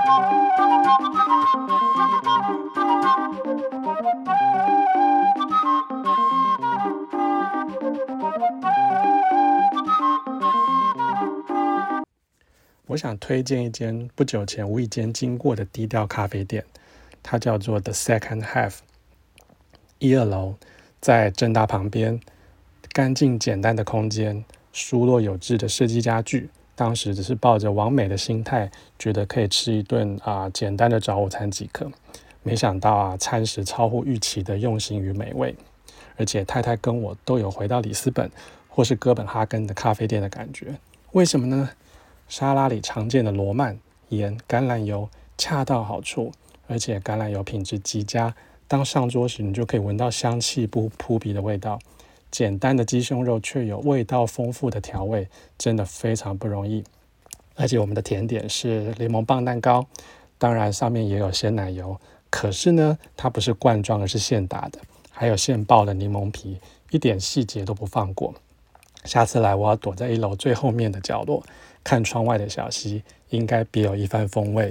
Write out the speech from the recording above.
我想推荐一间不久前无意间经过的低调咖啡店，它叫做 The Second Half， 1、2楼，在正大旁边，干净简单的空间，疏落有致的设计家具。当时只是抱着完美的心态，觉得可以吃一顿简单的早午餐即可，没想到餐食超乎预期的用心与美味，而且太太跟我都有回到里斯本或是哥本哈根的咖啡店的感觉。为什么呢？沙拉里常见的罗曼、盐、橄榄油恰到好处，而且橄榄油品质极佳，当上桌时你就可以闻到香气扑鼻的味道。简单的鸡胸肉却有味道丰富的调味，真的非常不容易。而且我们的甜点是柠檬棒蛋糕，当然上面也有鲜奶油，可是呢它不是罐装，而是现打的，还有现爆的柠檬皮，一点细节都不放过。下次来我要躲在1楼最后面的角落，看窗外的小溪，应该别有一番风味。